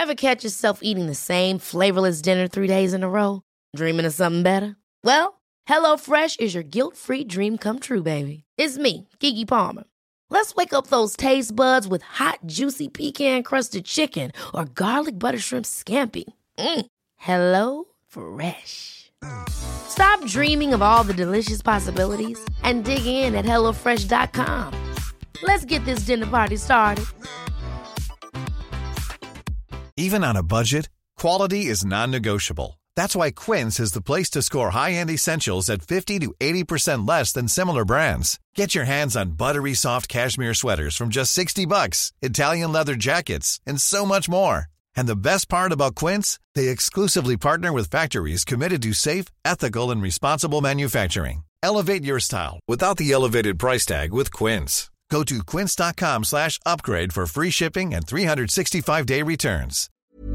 Ever catch yourself eating the same flavorless dinner 3 days in a row? Dreaming of something better? Well, HelloFresh is your guilt-free dream come true, baby. It's me, Keke Palmer. Let's wake up those taste buds with hot, juicy pecan-crusted chicken or garlic butter shrimp scampi. Hello Fresh. Stop dreaming of all the delicious possibilities and dig in at HelloFresh.com. Let's get this dinner party started. Even on a budget, quality is non-negotiable. That's why Quince is the place to score high-end essentials at 50 to 80% less than similar brands. Get your hands on buttery soft cashmere sweaters from just $60, Italian leather jackets, and so much more. And the best part about Quince, they exclusively partner with factories committed to safe, ethical, and responsible manufacturing. Elevate your style without the elevated price tag with Quince. Go to quince.com/upgrade for free shipping and 365-day returns.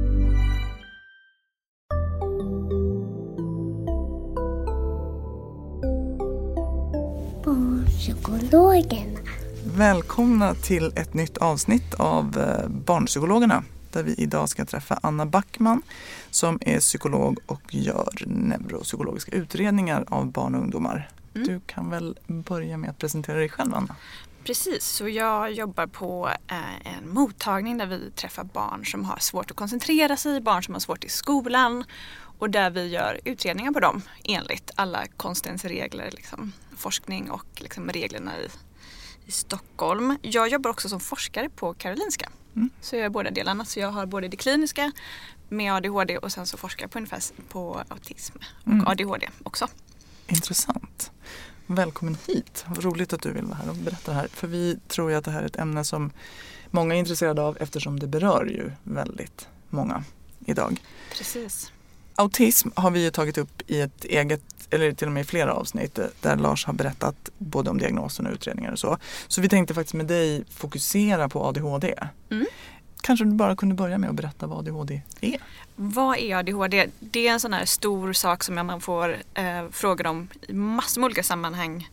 Barnpsykologerna. Välkomna till ett nytt avsnitt av Barnpsykologerna, där vi idag ska träffa Anna Backman som är psykolog och gör neuropsykologiska utredningar av barn och ungdomar. Du kan väl börja med att presentera dig själv, Anna? Precis, så jag jobbar på en mottagning där vi träffar barn som har svårt att koncentrera sig, barn som har svårt i skolan, och där vi gör utredningar på dem enligt alla konstens regler, liksom, forskning och liksom, reglerna i Stockholm. Jag jobbar också som forskare på Karolinska. Så jag gör båda delarna. Så jag har både det kliniska med ADHD och sen så forskar jag på autism och ADHD också. Intressant. Välkommen hit. Roligt att du vill vara här och berätta här. För vi tror ju att det här är ett ämne som många är intresserade av, eftersom det berör ju väldigt många idag. Precis. Autism har vi ju tagit upp i ett eget, eller till och med i flera avsnitt, där Lars har berättat både om diagnosen och utredningar och så. Så vi tänkte faktiskt med dig fokusera på ADHD. Kanske du bara kunde börja med att berätta vad ADHD är? Vad är ADHD? Det är en sån här stor sak som man får frågor om i massor med olika sammanhang.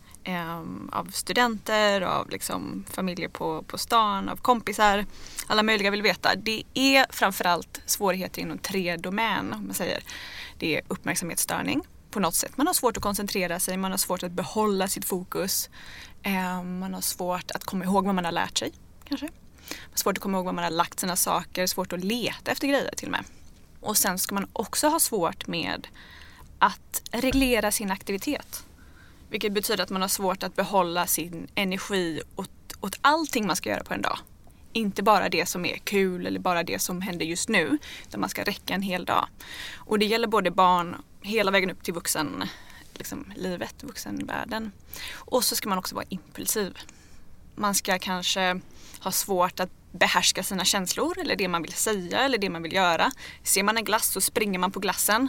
Av studenter, av liksom familjer på stan, av kompisar. Alla möjliga vill veta. Det är framförallt svårigheter inom 3 domän, om man säger. Det är uppmärksamhetsstörning på något sätt. Man har svårt att koncentrera sig, man har svårt att behålla sitt fokus. Man har svårt att komma ihåg vad man har lärt sig, kanske. Man har svårt att komma ihåg vad man har lagt sina saker, svårt att leta efter grejer till och med. Och sen ska man också ha svårt med att reglera sin aktivitet. Vilket betyder att man har svårt att behålla sin energi åt allting man ska göra på en dag. Inte bara det som är kul eller bara det som händer just nu, utan man ska räcka en hel dag. Och det gäller både barn hela vägen upp till vuxenvärlden. Och så ska man också vara impulsiv. Man ska kanske ha svårt att behärska sina känslor eller det man vill säga eller det man vill göra. Ser man en glass så springer man på glassen.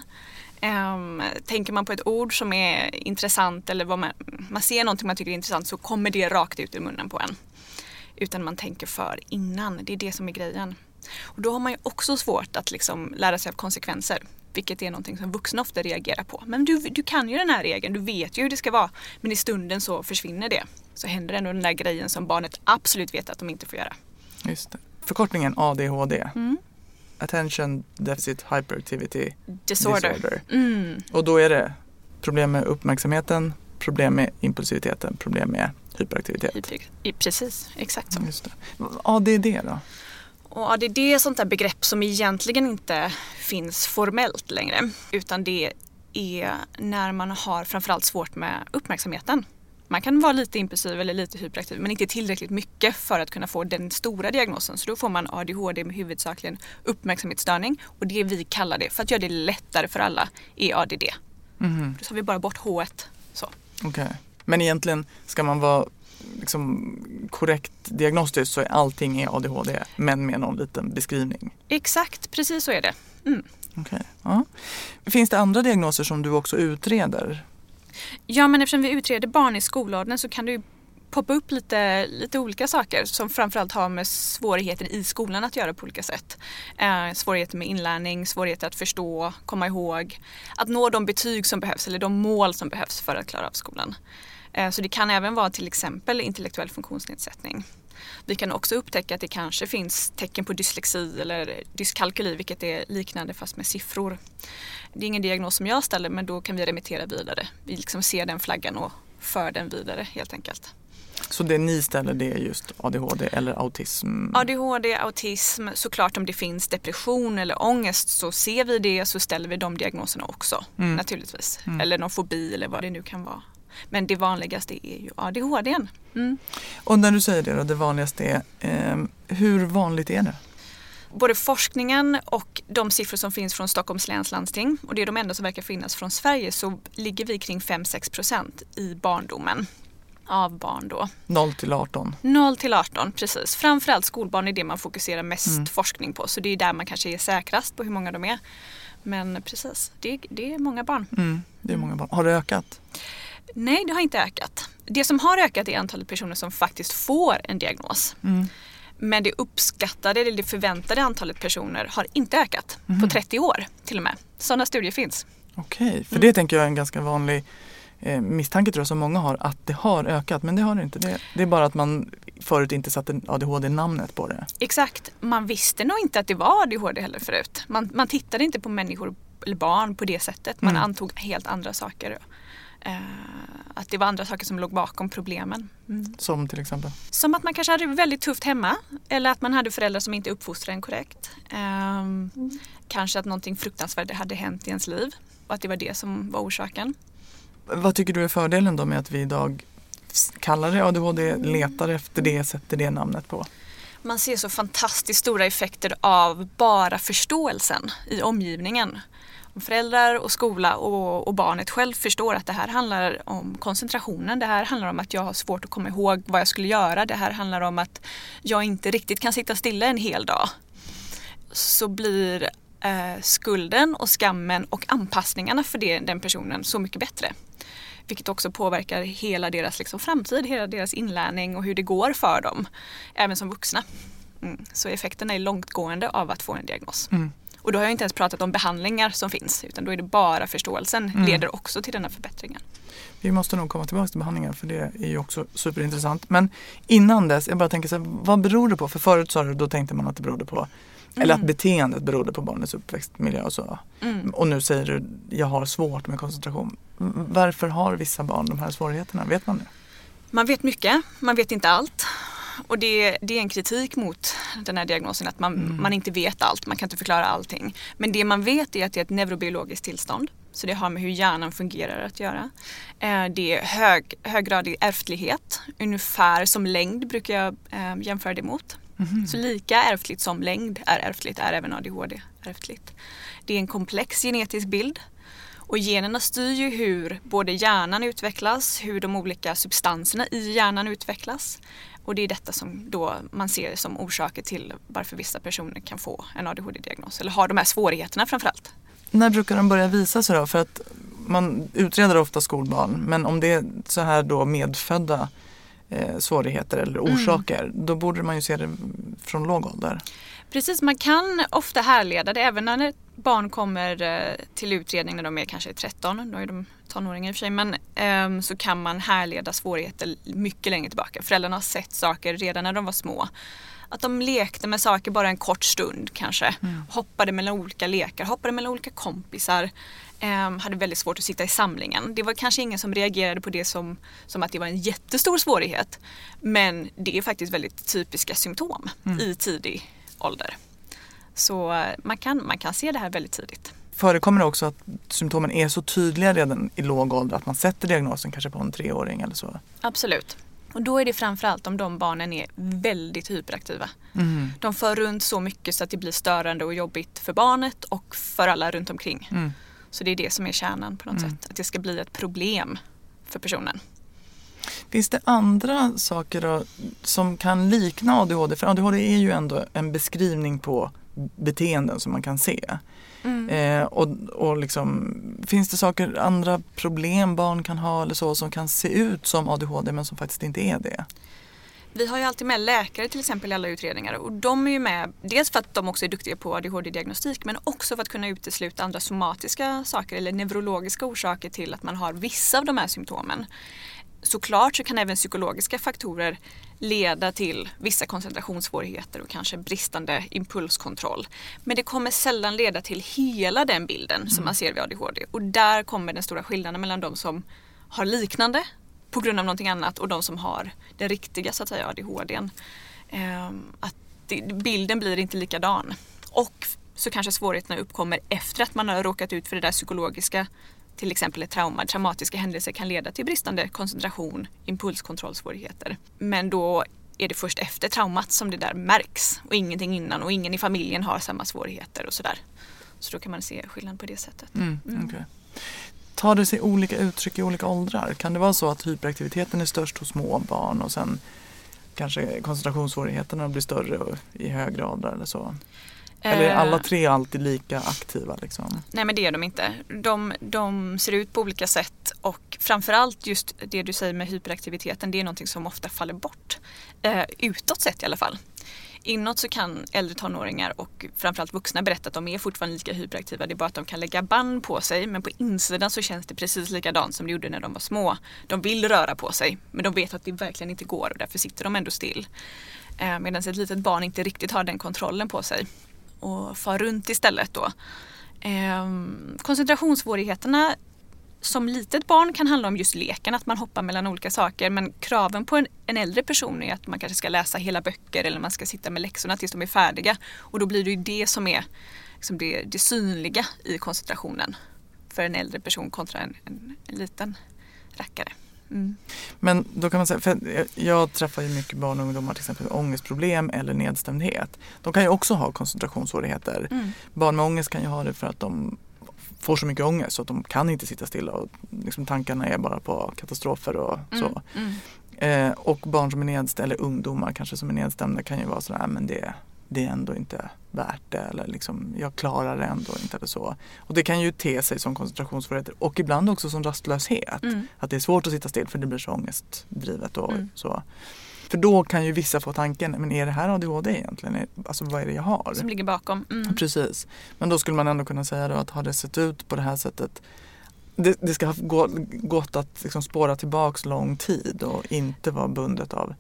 Tänker man på ett ord som är intressant eller vad man ser någonting man tycker är intressant, så kommer det rakt ut ur munnen på en. Utan man tänker för innan. Det är det som är grejen. Och då har man ju också svårt att liksom lära sig av konsekvenser. Vilket är någonting som vuxna ofta reagerar på. Men du kan ju den här regeln, du vet ju hur det ska vara. Men i stunden så försvinner det. Så händer ändå den där grejen som barnet absolut vet att de inte får göra. Just det. Förkortningen ADHD. Attention Deficit Hyperactivity Disorder. Och då är det problem med uppmärksamheten, problem med impulsiviteten, problem med hyperaktivitet. Precis, exakt så. Just det. ADD då? Och ADD är sånt där begrepp som egentligen inte finns formellt längre. Utan det är när man har framförallt svårt med uppmärksamheten. Man kan vara lite impulsiv eller lite hyperaktiv, men inte tillräckligt mycket för att kunna få den stora diagnosen. Så då får man ADHD med huvudsakligen uppmärksamhetsstörning. Och det vi kallar det, för att göra det lättare för alla, är ADD. Då tar vi bara bort H1. Okej. Men egentligen ska man vara liksom korrekt diagnostisk, så är allting är ADHD, men med någon liten beskrivning. Exakt, precis så är det. Okej. Ja. Finns det andra diagnoser som du också utreder? Ja, men eftersom vi utreder barn i skolåldern så kan det ju poppa upp lite olika saker som framförallt har med svårigheter i skolan att göra på olika sätt. Svårigheter med inlärning, svårigheter att förstå, komma ihåg, att nå de betyg som behövs eller de mål som behövs för att klara av skolan. Så det kan även vara till exempel intellektuell funktionsnedsättning. Vi kan också upptäcka att det kanske finns tecken på dyslexi eller dyskalkyli, vilket är liknande fast med siffror. Det är ingen diagnos som jag ställer, men då kan vi remittera vidare. Vi liksom ser den flaggan och för den vidare helt enkelt. Så det ni ställer, det är just ADHD eller autism? ADHD, autism, såklart om det finns depression eller ångest så ser vi det, så ställer vi de diagnoserna också naturligtvis. Eller någon fobi eller vad det nu kan vara. Men det vanligaste är ju ADHD. Och när du säger det då, det vanligaste är, hur vanligt är det? Både forskningen och de siffror som finns från Stockholms läns landsting, och det är de enda som verkar finnas från Sverige, så ligger vi kring 5-6% i barndomen. Av barn då. 0-18? 0-18, precis. Framförallt skolbarn är det man fokuserar mest forskning på. Så det är där man kanske är säkrast på hur många de är. Men precis, det är många barn. Det är många barn. Har det ökat? Nej, det har inte ökat. Det som har ökat är antalet personer som faktiskt får en diagnos. Men det uppskattade eller det förväntade antalet personer har inte ökat på 30 år till och med. Sådana studier finns. Okej, för det tänker jag är en ganska vanlig misstanke tror jag som många har, att det har ökat, men det har det inte. Det är bara att man förut inte satte ADHD-namnet på det. Exakt, man visste nog inte att det var ADHD heller förut. Man tittade inte på människor eller barn på det sättet. Man antog helt andra saker. Att det var andra saker som låg bakom problemen. Som till exempel? Som att man kanske hade väldigt tufft hemma, eller att man hade föräldrar som inte uppfostrade en korrekt. Kanske att någonting fruktansvärt hade hänt i ens liv och att det var det som var orsaken. Vad tycker du är fördelen då med att vi idag kallar det ADHD, letar efter det, sätter det namnet på? Man ser så fantastiskt stora effekter av bara förståelsen i omgivningen. Om föräldrar och skola och barnet själv förstår att det här handlar om koncentrationen. Det här handlar om att jag har svårt att komma ihåg vad jag skulle göra. Det här handlar om att jag inte riktigt kan sitta stilla en hel dag. Så blir skulden och skammen och anpassningarna för den personen så mycket bättre. Vilket också påverkar hela deras liksom framtid, hela deras inlärning och hur det går för dem, även som vuxna. Så effekterna är långtgående av att få en diagnos. Och då har jag inte ens pratat om behandlingar som finns, utan då är det bara förståelsen leder också till den här förbättringen. Vi måste nog komma tillbaka till behandlingar, för det är ju också superintressant. Men innan dess, jag bara tänker så här, vad beror det på? För förut sa du, då tänkte man att det berodde på eller att beteendet berodde på barnets uppväxtmiljö och så. Och nu säger du, jag har svårt med koncentration. Varför har vissa barn de här svårigheterna? Vet man det? Man vet mycket, man vet inte allt. Och det är en kritik mot den här diagnosen, att man inte vet allt, man kan inte förklara allting. Men det man vet är att det är ett neurobiologiskt tillstånd. Så det har med hur hjärnan fungerar att göra. Det är höggradig ärftlighet, ungefär som längd brukar jag jämföra det mot. Så lika ärftligt som längd är ärftligt är även ADHD ärftligt. Det är en komplex genetisk bild. Och generna styr ju hur både hjärnan utvecklas, hur de olika substanserna i hjärnan utvecklas. Och det är detta som då man ser som orsaker till varför vissa personer kan få en ADHD-diagnos. Eller har de här svårigheterna framförallt. När brukar de börja visa sig då? För att man utreder ofta skolbarn. Men om det är så här då medfödda svårigheter eller orsaker, då borde man ju se det från låg ålder. Precis, man kan ofta härleda det även när barn kommer till utredning när de är kanske 13, då är de tonåringar i och för sig, men så kan man härleda svårigheter mycket längre tillbaka. Föräldrarna har sett saker redan när de var små. Att de lekte med saker bara en kort stund kanske. Hoppade mellan olika lekar, hoppade mellan olika kompisar. Hade väldigt svårt att sitta i samlingen. Det var kanske ingen som reagerade på det som att det var en jättestor svårighet. Men det är faktiskt väldigt typiska symptom i tidig ålder. Så man kan se det här väldigt tidigt. Förekommer det också att symptomen är så tydliga redan i låg ålder att man sätter diagnosen kanske på en 3-åring eller så? Absolut. Och då är det framförallt om de barnen är väldigt hyperaktiva. De för runt så mycket så att det blir störande och jobbigt för barnet och för alla runt omkring. Så det är det som är kärnan på något sätt. Att det ska bli ett problem för personen. Finns det andra saker då, som kan likna ADHD? För ADHD är ju ändå en beskrivning på beteenden som man kan se. Och liksom, finns det saker, andra problem barn kan ha eller så som kan se ut som ADHD men som faktiskt inte är det? Vi har ju alltid med läkare till exempel i alla utredningar, och de är ju med dels för att de också är duktiga på ADHD-diagnostik, men också för att kunna utesluta andra somatiska saker eller neurologiska orsaker till att man har vissa av de här symptomen. såklart så kan även psykologiska faktorer leda till vissa koncentrationssvårigheter och kanske bristande impulskontroll. Men det kommer sällan leda till hela den bilden som man ser vid ADHD. Och där kommer den stora skillnaden mellan de som har liknande på grund av någonting annat och de som har den riktiga så att säga ADHD:n. Att bilden blir inte likadan. Och så kanske svårigheterna uppkommer efter att man har råkat ut för det där psykologiska. Till exempel ett trauma. Traumatiska händelser kan leda till bristande koncentration, impulskontrollsvårigheter. Men då är det först efter traumat som det där märks. Och ingenting innan och ingen i familjen har samma svårigheter och sådär. Så då kan man se skillnad på det sättet. Okay. Tar det sig olika uttryck i olika åldrar? Kan det vara så att hyperaktiviteten är störst hos små barn och sen kanske koncentrationssvårigheterna blir större i högre åldrar eller så? Eller är alla tre alltid lika aktiva? Liksom? Nej, men det är de inte. De ser ut på olika sätt och framförallt just det du säger med hyperaktiviteten, det är någonting som ofta faller bort. Utåt sett i alla fall. Inåt så kan äldre tonåringar och framförallt vuxna berätta att de är fortfarande lika hyperaktiva. Det är bara att de kan lägga band på sig, men på insidan så känns det precis likadant som det gjorde när de var små. De vill röra på sig, men de vet att det verkligen inte går och därför sitter de ändå still. Medan ett litet barn inte riktigt har den kontrollen på sig och far runt istället då. Koncentrationssvårigheterna som litet barn kan handla om just leken, att man hoppar mellan olika saker, men kraven på en äldre person är att man kanske ska läsa hela böcker eller man ska sitta med läxorna tills de är färdiga, och då blir det ju det som är liksom det synliga i koncentrationen för en äldre person kontra en liten rackare. Men då kan man säga, för jag träffar ju mycket barn och ungdomar till exempel med ångestproblem eller nedstämdhet. De kan ju också ha koncentrationsvårigheter. Barn med ångest kan ju ha det för att de får så mycket ångest så att de kan inte sitta stilla och liksom tankarna är bara på katastrofer och så. Och barn som är nedstämda, eller ungdomar kanske som är nedstämda, kan ju vara sådär, men det är ändå inte värt det, eller liksom, jag klarar det ändå inte eller så. Och det kan ju te sig som koncentrationssvårigheter och ibland också som rastlöshet. Att det är svårt att sitta still för det blir så ångestdrivet och så. För då kan ju vissa få tanken, men är det här ADHD egentligen? Alltså vad är det jag har? Som ligger bakom. Precis. Men då skulle man ändå kunna säga då att har det sett ut på det här sättet, det ska ha gått att liksom spåra tillbaks lång tid och inte vara bundet av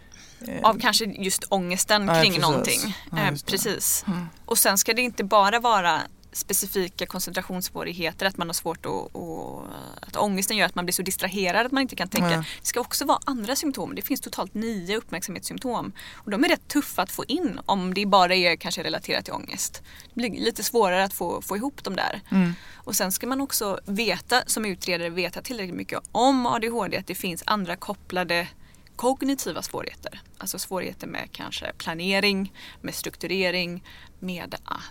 kanske just ångesten kring någonting. Precis. Och sen ska det inte bara vara specifika koncentrationssvårigheter, att man har svårt att ångesten gör att man blir så distraherad att man inte kan tänka. Det ska också vara andra symptom. Det finns totalt 9 uppmärksamhetssymptom och de är rätt tuffa att få in om det bara är kanske relaterat till ångest. Det blir lite svårare att få ihop dem där. Och sen ska man också som utredare veta tillräckligt mycket om ADHD, att det finns andra kopplade kognitiva svårigheter. Alltså svårigheter med kanske planering, med strukturering, med att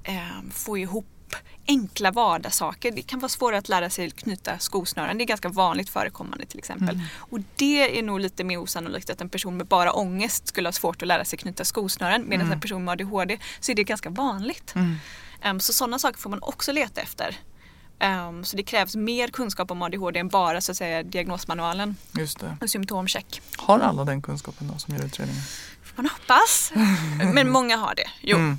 få ihop enkla vardagssaker. Det kan vara svårare att lära sig knyta skosnören. Det är ganska vanligt förekommande till exempel. Och det är nog lite mer osannolikt att en person med bara ångest skulle ha svårt att lära sig knyta skosnören. Medan en person med ADHD så är det ganska vanligt. Så sådana saker får man också leta efter. Så det krävs mer kunskap om ADHD än bara så att säga diagnosmanualen. Just det. Och symptomcheck. Har alla den kunskapen då som gör utredningen? Man hoppas. Men många har det. Jo.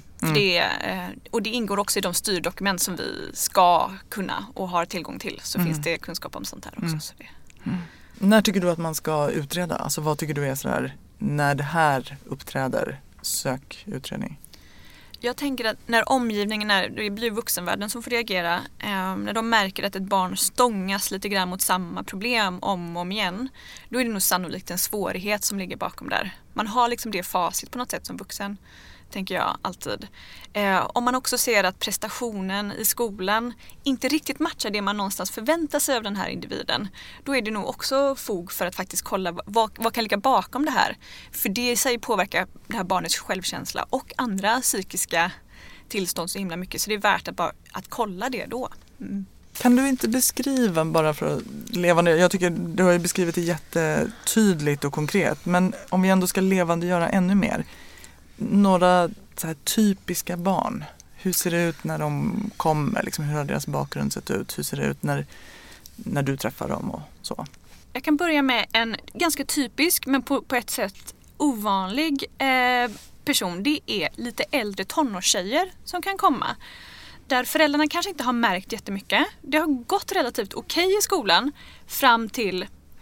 Och det ingår också i de styrdokument som vi ska kunna och har tillgång till. Så finns det kunskap om sånt här också. Så det. När tycker du att man ska utreda? Alltså vad tycker du är sådär, när det här uppträder, sök utredning? Jag tänker att när omgivningen det blir vuxenvärlden som får reagera, när de märker att ett barn stångas lite grann mot samma problem om och om igen, då är det nog sannolikt en svårighet som ligger bakom där. Man har liksom det facit på något sätt som vuxen, tänker jag alltid. Om man också ser att prestationen i skolan inte riktigt matchar det man någonstans förväntar sig av den här individen, då är det nog också fog för att faktiskt kolla vad kan ligga bakom det här. För det i sig påverkar det här barnets självkänsla och andra psykiska tillstånd så himla mycket, så det är värt att kolla det då. Kan du inte beskriva bara för att levande, jag tycker du har ju beskrivit det jättetydligt och konkret, men om vi ändå ska levandegöra ännu mer, några så här typiska barn. Hur ser det ut när de kommer? Liksom, hur har deras bakgrund sett ut? Hur ser det ut när du träffar dem och så? Jag kan börja med en ganska typisk men på ett sätt ovanlig person. Det är lite äldre tonårstjejer som kan komma. Där föräldrarna kanske inte har märkt jättemycket. Det har gått relativt okej i skolan fram till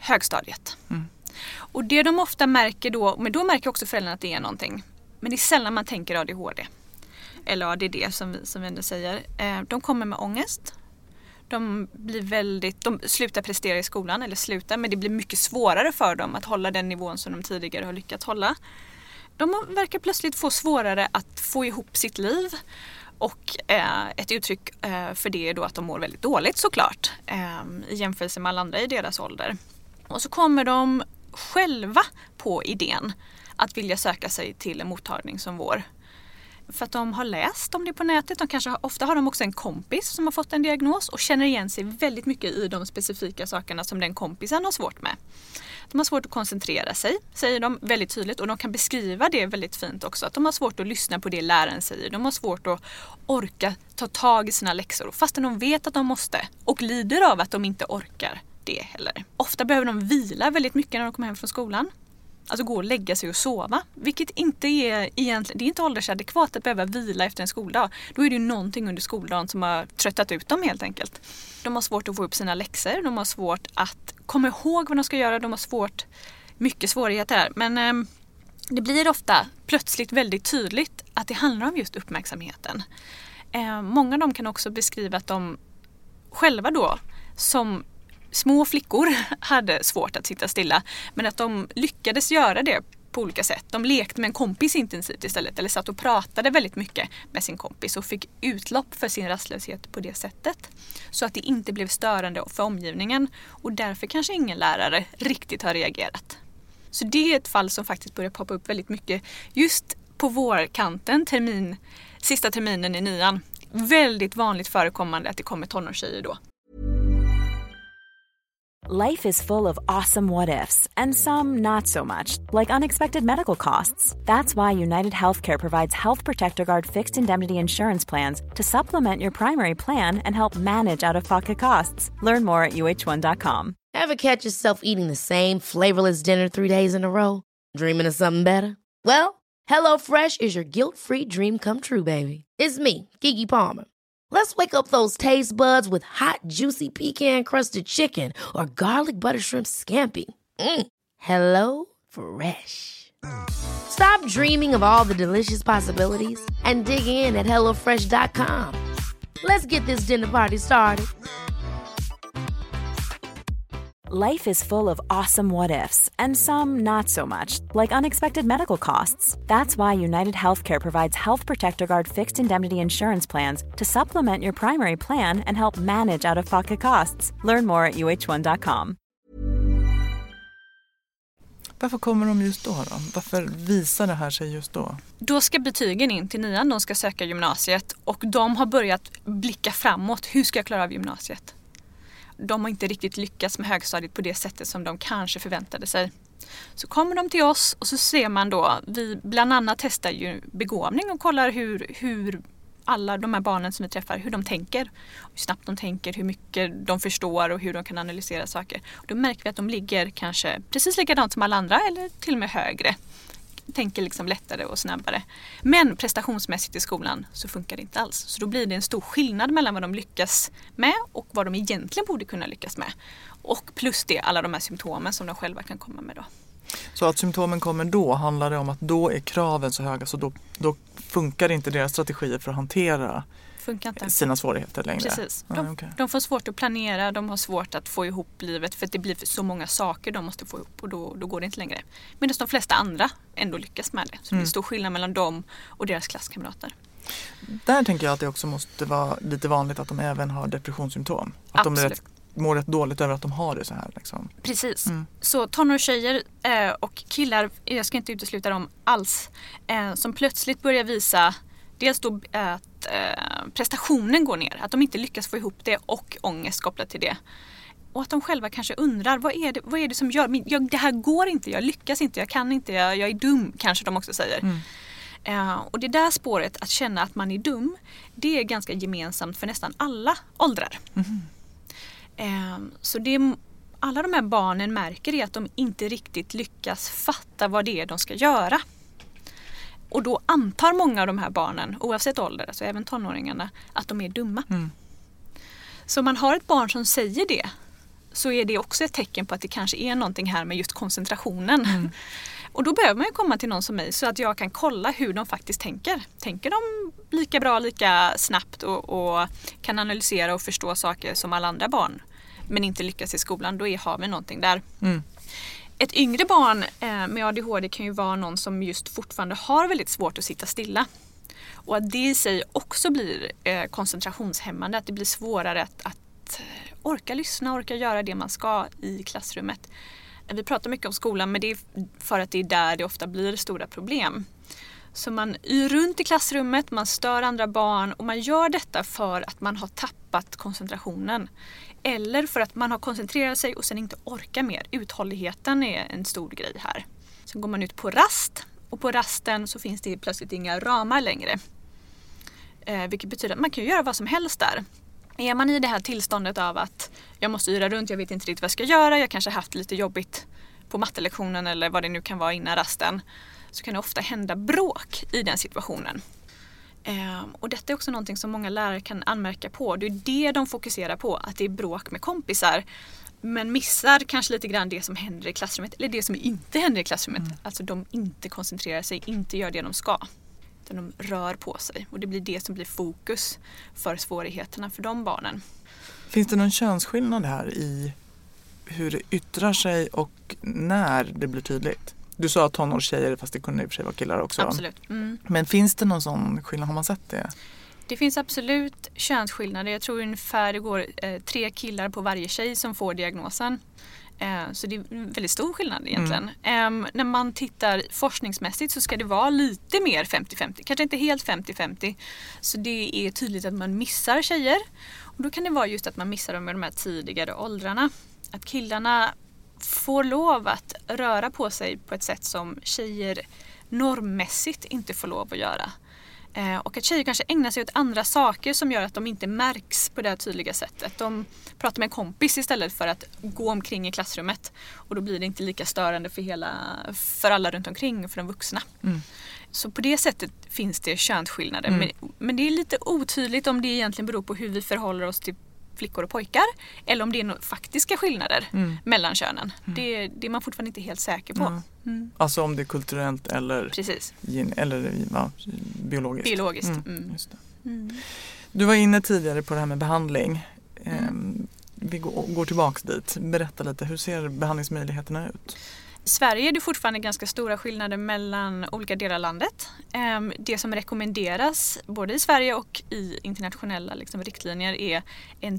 högstadiet. Och det de ofta märker då, men då märker också föräldrarna att det är någonting. Men det är sällan man tänker ADHD. Eller ADD som vi ändå säger. De kommer med ångest. De slutar prestera i skolan, men det blir mycket svårare för dem att hålla den nivån som de tidigare har lyckats hålla. De verkar plötsligt få svårare att få ihop sitt liv. Och ett uttryck för det är då att de mår väldigt dåligt såklart. I jämförelse med alla andra i deras ålder. Och så kommer de själva på idén att vilja söka sig till en mottagning som vår. För att de har läst om det på nätet. Ofta har de också en kompis som har fått en diagnos och känner igen sig väldigt mycket i de specifika sakerna som den kompisen har svårt med. De har svårt att koncentrera sig, säger de väldigt tydligt, och de kan beskriva det väldigt fint också. Att de har svårt att lyssna på det läraren säger. De har svårt att orka ta tag i sina läxor fastän de vet att de måste och lider av att de inte orkar det heller. Ofta behöver de vila väldigt mycket när de kommer hem från skolan. Alltså gå och lägga sig och sova. Vilket inte är egentligen, det är inte åldersadekvat att behöva vila efter en skoldag. Då är det ju någonting under skoldagen som har tröttat ut dem helt enkelt. De har svårt att få upp sina läxor. De har svårt att komma ihåg vad de ska göra. De har mycket svårigheter här. Men det blir ofta plötsligt väldigt tydligt att det handlar om just uppmärksamheten. Många av dem kan också beskriva att de själva då som små flickor hade svårt att sitta stilla, men att de lyckades göra det på olika sätt. De lekte med en kompis intensivt istället, eller satt och pratade väldigt mycket med sin kompis och fick utlopp för sin rastlöshet på det sättet. Så att det inte blev störande för omgivningen, och därför kanske ingen lärare riktigt har reagerat. Så det är ett fall som faktiskt börjar poppa upp väldigt mycket just på vårkanten, sista terminen i 9:an. Väldigt vanligt förekommande att det kommer tonårstjejer då. Life is full of awesome what-ifs, and some not so much, like unexpected medical costs. That's why United Healthcare provides Health Protector Guard fixed indemnity insurance plans to supplement your primary plan and help manage out-of-pocket costs. Learn more at uh1.com. Ever catch yourself eating the same flavorless dinner 3 days in a row? Dreaming of something better? Well, HelloFresh is your guilt-free dream come true, baby. It's me, Keke Palmer. Let's wake up those taste buds with hot, juicy pecan-crusted chicken or garlic butter shrimp scampi. Hello Fresh. Stop dreaming of all the delicious possibilities and dig in at HelloFresh.com. Let's get this dinner party started. Life is full of awesome what-ifs, and some not so much, like unexpected medical costs. That's why United Healthcare provides Health Protector Guard fixed indemnity insurance plans to supplement your primary plan and help manage out-of-pocket costs. Learn more at uh1.com. Varför kommer de just då? Varför visar det här sig just då? Då ska betygen in till 9:an, de ska söka gymnasiet, och de har börjat blicka framåt. Hur ska jag klara av gymnasiet? De har inte riktigt lyckats med högstadiet på det sättet som de kanske förväntade sig. Så kommer de till oss och så ser man då, vi bland annat testar ju begåvning och kollar hur alla de här barnen som vi träffar, hur de tänker. Hur snabbt de tänker, hur mycket de förstår och hur de kan analysera saker. Och då märker vi att de ligger kanske precis likadant som alla andra eller till och med högre. Tänker liksom lättare och snabbare. Men prestationsmässigt i skolan så funkar det inte alls. Så då blir det en stor skillnad mellan vad de lyckas med och vad de egentligen borde kunna lyckas med. Och plus det, alla de här symptomen som de själva kan komma med då. Så att symptomen kommer då, handlar det om att då är kraven så höga, så då funkar inte deras strategier för att hantera sina svårigheter längre? Precis. De får svårt att planera, de har svårt att få ihop livet för att det blir så många saker de måste få ihop, och då går det inte längre. Medan de flesta andra ändå lyckas med det. Så det är stor skillnad mellan dem och deras klasskamrater. Där tänker jag att det också måste vara lite vanligt att de även har depressionssymptom. Att Absolut. De mår rätt dåligt över att de har det så här. Liksom. Precis. Så tonårstjejer och killar, jag ska inte utesluta dem alls, som plötsligt börjar visa dels då att prestationen går ner, att de inte lyckas få ihop det, och ångest kopplat till det. Och att de själva kanske undrar, vad är det som gör, det här går inte, jag lyckas inte, jag kan inte, jag är dum, kanske de också säger. Och det där spåret, att känna att man är dum, det är ganska gemensamt för nästan alla åldrar. Så alla de här barnen märker är att de inte riktigt lyckas fatta vad det är de ska göra. Och då antar många av de här barnen, oavsett ålder, alltså även tonåringarna, att de är dumma. Så om man har ett barn som säger det, så är det också ett tecken på att det kanske är någonting här med just koncentrationen. Och då behöver man ju komma till någon som mig så att jag kan kolla hur de faktiskt tänker. Tänker de lika bra, lika snabbt och kan analysera och förstå saker som alla andra barn men inte lyckas i skolan, då har vi någonting där. Ett yngre barn med ADHD kan ju vara någon som just fortfarande har väldigt svårt att sitta stilla. Och att det i sig också blir koncentrationshämmande, att det blir svårare att orka lyssna, orka göra det man ska i klassrummet. Vi pratar mycket om skolan, men det är för att det är där det ofta blir stora problem. Så man är runt i klassrummet, man stör andra barn och man gör detta för att man har tappat koncentrationen. Eller för att man har koncentrerat sig och sen inte orkar mer. Uthålligheten är en stor grej här. Sen går man ut på rast och på rasten så finns det plötsligt inga ramar längre. Vilket betyder att man kan göra vad som helst där. Är man i det här tillståndet av att jag måste yra runt, jag vet inte riktigt vad jag ska göra, jag kanske har haft lite jobbigt på mattelektionen eller vad det nu kan vara innan rasten, så kan det ofta hända bråk i den situationen. Och detta är också någonting som många lärare kan anmärka på. Det är det de fokuserar på, att det är bråk med kompisar. Men missar kanske lite grann det som händer i klassrummet eller det som inte händer i klassrummet. Alltså de inte koncentrerar sig, inte gör det de ska. Utan de rör på sig och det blir det som blir fokus för svårigheterna för de barnen. Finns det någon könsskillnad här i hur det yttrar sig och när det blir tydligt? Du sa tonårstjejer, fast det kunde i och för sig vara killar också. Absolut. Men finns det någon sån skillnad? Har man sett det? Det finns absolut könsskillnader. Jag tror ungefär det går 3 killar på varje tjej som får diagnosen. Så det är en väldigt stor skillnad egentligen. När man tittar forskningsmässigt så ska det vara lite mer 50-50. Kanske inte helt 50-50. Så det är tydligt att man missar tjejer. Och då kan det vara just att man missar dem i de här tidigare åldrarna. Att killarna får lov att röra på sig på ett sätt som tjejer normmässigt inte får lov att göra. Och att tjejer kanske ägnar sig åt andra saker som gör att de inte märks på det här tydliga sättet. De pratar med en kompis istället för att gå omkring i klassrummet. Och då blir det inte lika störande för alla runt omkring och för de vuxna. Så på det sättet finns det könsskillnader. Men det är lite otydligt om det egentligen beror på hur vi förhåller oss till flickor och pojkar. Eller om det är några faktiska skillnader mellan könen. Det är man fortfarande inte helt säker på. Alltså om det är kulturellt eller, eller biologiskt. Biologiskt. Just det. Du var inne tidigare på det här med behandling. Vi går tillbaka dit. Berätta lite, hur ser behandlingsmöjligheterna ut? I Sverige är det fortfarande ganska stora skillnader mellan olika delar av landet. Det som rekommenderas både i Sverige och i internationella riktlinjer är en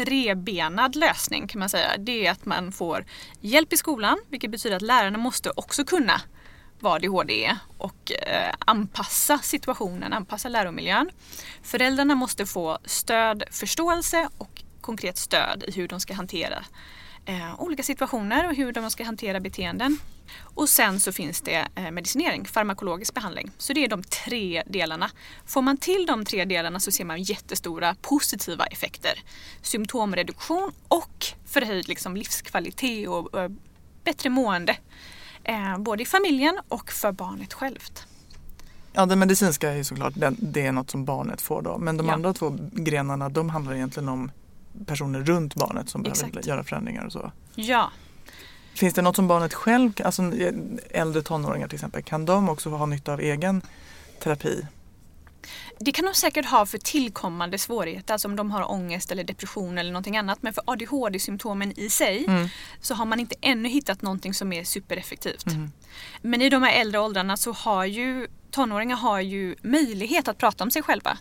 3-benad lösning kan man säga. Det är att man får hjälp i skolan, vilket betyder att lärarna måste också kunna vad ADHD är och anpassa situationen, anpassa läromiljön. Föräldrarna måste få stöd, förståelse och konkret stöd i hur de ska hantera olika situationer och hur de ska hantera beteenden. Och sen så finns det medicinering, farmakologisk behandling. Så det är de 3 delarna. Får man till de 3 delarna så ser man jättestora positiva effekter. Symptomreduktion och förhöjd livskvalitet och bättre mående. Både i familjen och för barnet självt. Ja, det medicinska är ju såklart det är något som barnet får då. Men de andra 2 grenarna, de handlar egentligen om personer runt barnet som behöver göra förändringar och så. Ja. Finns det något som barnet själv, alltså äldre tonåringar till exempel, kan de också ha nytta av egen terapi? Det kan de säkert ha för tillkommande svårigheter, alltså om de har ångest eller depression eller någonting annat. Men för ADHD-symptomen i sig så har man inte ännu hittat någonting som är supereffektivt. Men i de här äldre åldrarna så har ju tonåringar har ju möjlighet att prata om sig själva.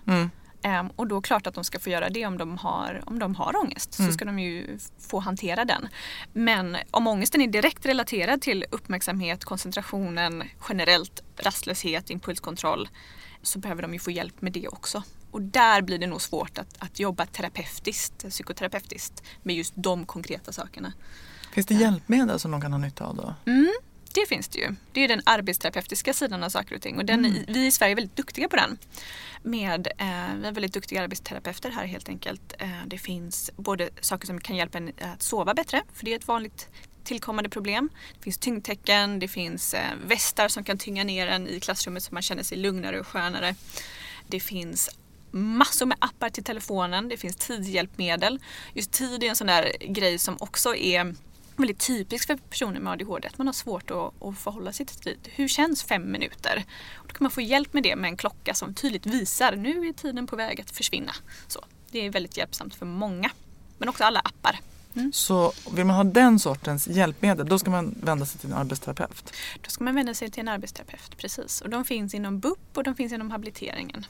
Och då klart att de ska få göra det om de har ångest. Så ska de ju få hantera den. Men om ångesten är direkt relaterad till uppmärksamhet, koncentrationen, generellt rastlöshet, impulskontroll, så behöver de ju få hjälp med det också. Och där blir det nog svårt att jobba psykoterapeutiskt med just de konkreta sakerna. Finns det hjälpmedel som de kan ha nytta av då? Det finns det ju. Det är den arbetsterapeutiska sidan av saker och ting. Och vi i Sverige är väldigt duktiga på den. Vi har väldigt duktiga arbetsterapeuter här helt enkelt. Det finns både saker som kan hjälpa en att sova bättre. För det är ett vanligt tillkommande problem. Det finns tyngdtecken, det finns västar som kan tynga ner en i klassrummet så man känner sig lugnare och skönare. Det finns massor med appar till telefonen. Det finns tidhjälpmedel. Just tid är en sån där grej som också är väldigt typisk för personer med ADHD. Att man har svårt att förhålla sig till tid. Hur känns 5 minuter? Och då kan man få hjälp med det med en klocka som tydligt visar nu är tiden på väg att försvinna. Så det är väldigt hjälpsamt för många. Men också alla appar. Så vill man ha den sortens hjälpmedel, då ska man vända sig till en arbetsterapeut? Då ska man vända sig till en arbetsterapeut, precis. Och de finns inom BUP och de finns inom habiliteringen.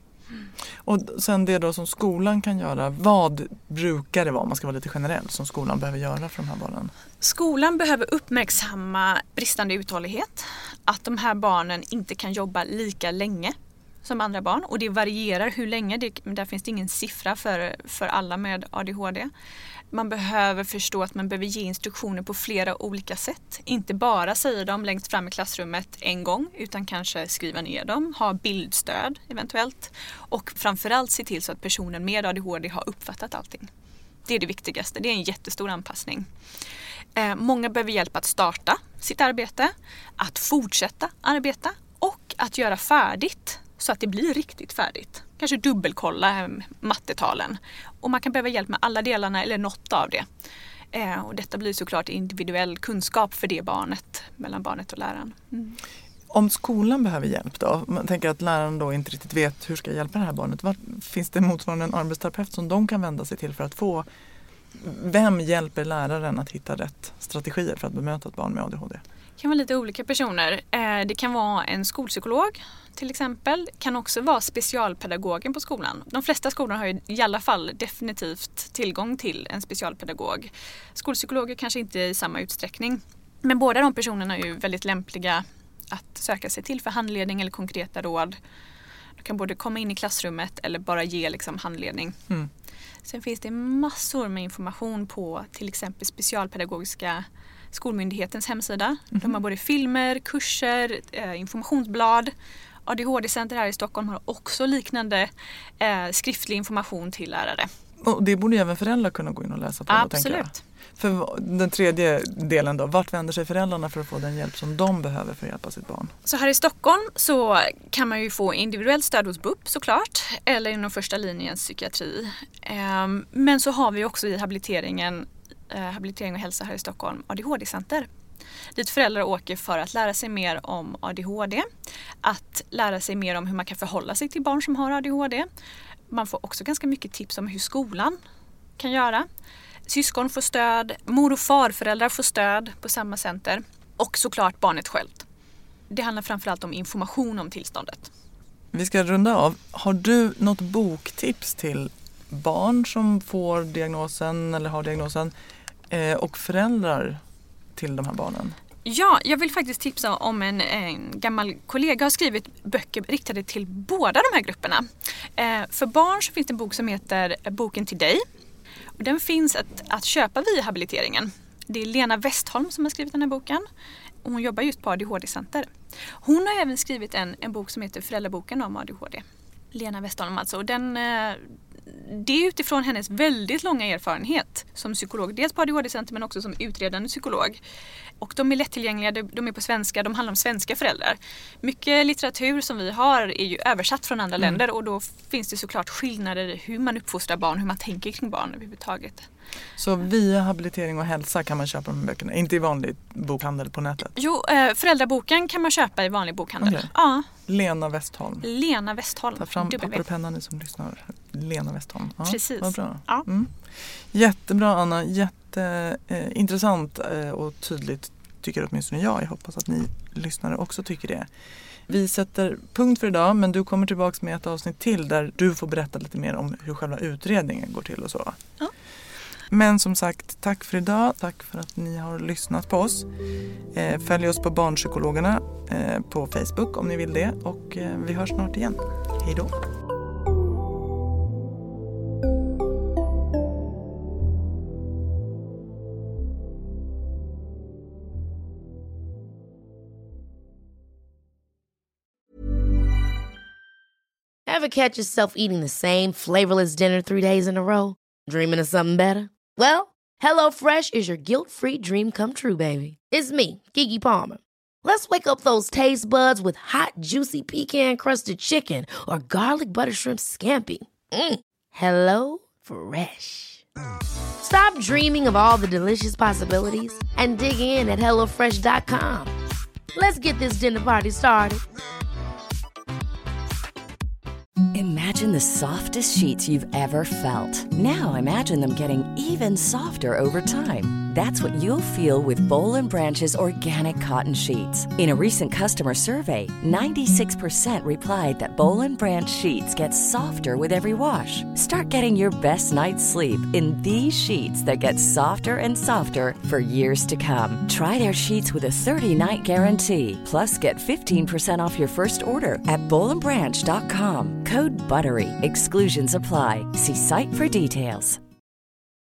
Och sen det då som skolan kan göra, vad brukar det vara, om man ska vara lite generell, som skolan behöver göra för de här barnen? Skolan behöver uppmärksamma bristande uthållighet. Att de här barnen inte kan jobba lika länge som andra barn. Och det varierar hur länge. Där finns det ingen siffra för alla med ADHD. Man behöver förstå att man behöver ge instruktioner på flera olika sätt. Inte bara säga dem längst fram i klassrummet en gång, utan kanske skriva ner dem, ha bildstöd eventuellt. Och framförallt se till så att personen med ADHD har uppfattat allting. Det är det viktigaste. Det är en jättestor anpassning. Många behöver hjälp att starta sitt arbete, att fortsätta arbeta och att göra färdigt så att det blir riktigt färdigt. Kanske dubbelkolla mattetalen. Och man kan behöva hjälp med alla delarna eller något av det. Och detta blir såklart individuell kunskap för det barnet, mellan barnet och läraren. Om skolan behöver hjälp då, man tänker att läraren då inte riktigt vet hur ska jag hjälpa det här barnet. Finns det motsvarande en arbetsterapeut som de kan vända sig till för att få, vem hjälper läraren att hitta rätt strategier för att bemöta ett barn med ADHD? Det kan vara lite olika personer. Det kan vara en skolpsykolog till exempel. Det kan också vara specialpedagogen på skolan. De flesta skolor har ju i alla fall definitivt tillgång till en specialpedagog. Skolpsykologer kanske inte i samma utsträckning. Men båda de personerna är ju väldigt lämpliga att söka sig till för handledning eller konkreta råd. De kan både komma in i klassrummet eller bara ge handledning. Sen finns det massor med information på till exempel specialpedagogiska Skolmyndighetens hemsida. De har både filmer, kurser, informationsblad. ADHD-center här i Stockholm har också liknande skriftlig information till lärare. Och det borde även föräldrar kunna gå in och läsa på. Absolut. För den tredje delen då, vart vänder sig föräldrarna för att få den hjälp som de behöver för att hjälpa sitt barn? Så här i Stockholm så kan man ju få individuellt stöd hos BUP såklart, eller inom första linjens psykiatri. Men så har vi också i habilitering och hälsa här i Stockholm ADHD-center. Dit föräldrar åker för att lära sig mer om ADHD, att lära sig mer om hur man kan förhålla sig till barn som har ADHD. Man får också ganska mycket tips om hur skolan kan göra. Syskon får stöd, mor- och farföräldrar får stöd på samma center och såklart barnet självt. Det handlar framförallt om information om tillståndet. Vi ska runda av. Har du något boktips till barn som får diagnosen eller har diagnosen och föräldrar till de här barnen? Ja, jag vill faktiskt tipsa om en gammal kollega har skrivit böcker riktade till båda de här grupperna. För barn så finns det en bok som heter Boken till dig. Och den finns att köpa via habiliteringen. Det är Lena Westholm som har skrivit den här boken. Och hon jobbar just på ADHD-center. Hon har även skrivit en bok som heter Föräldraboken om ADHD. Lena Westholm alltså. Och det är utifrån hennes väldigt långa erfarenhet som psykolog. Dels på ADHD-center men också som utredande psykolog. Och de är lättillgängliga, de är på svenska, de handlar om svenska föräldrar. Mycket litteratur som vi har är ju översatt från andra länder och då finns det såklart skillnader i hur man uppfostrar barn, hur man tänker kring barn överhuvudtaget. Så via habilitering och hälsa kan man köpa de här böckerna, inte i vanlig bokhandel på nätet? Jo, föräldraboken kan man köpa i vanlig bokhandel. Okay. Ja. Lena Westholm. Lena Westholm. Ta fram papper och penna ni som lyssnar. Lena Westholm. Ja, precis. Vad bra. Ja. Jättebra Anna, jätteintressant och tydligt tycker åtminstone jag. Jag hoppas att ni lyssnare också tycker det. Vi sätter punkt för idag, men du kommer tillbaka med ett avsnitt till där du får berätta lite mer om hur själva utredningen går till och så. Ja. Men som sagt, tack för idag. Tack för att ni har lyssnat på oss. Följ oss på Barnpsykologerna på Facebook om ni vill det. Och vi hörs snart igen. Hej då! Ever catch yourself eating the same flavorless dinner 3 days in a row? Dreaming of something better? Well, HelloFresh is your guilt-free dream come true, baby. It's me, Keke Palmer. Let's wake up those taste buds with hot, juicy pecan-crusted chicken or garlic butter shrimp scampi. Hello Fresh. Stop dreaming of all the delicious possibilities and dig in at HelloFresh.com. Let's get this dinner party started. Imagine the softest sheets you've ever felt. Now imagine them getting even softer over time. That's what you'll feel with Boll & Branch's organic cotton sheets. In a recent customer survey, 96% replied that Boll & Branch sheets get softer with every wash. Start getting your best night's sleep in these sheets that get softer and softer for years to come. Try their sheets with a 30-night guarantee. Plus, get 15% off your first order at bollandbranch.com. Code BUTTERY. Exclusions apply. See site for details.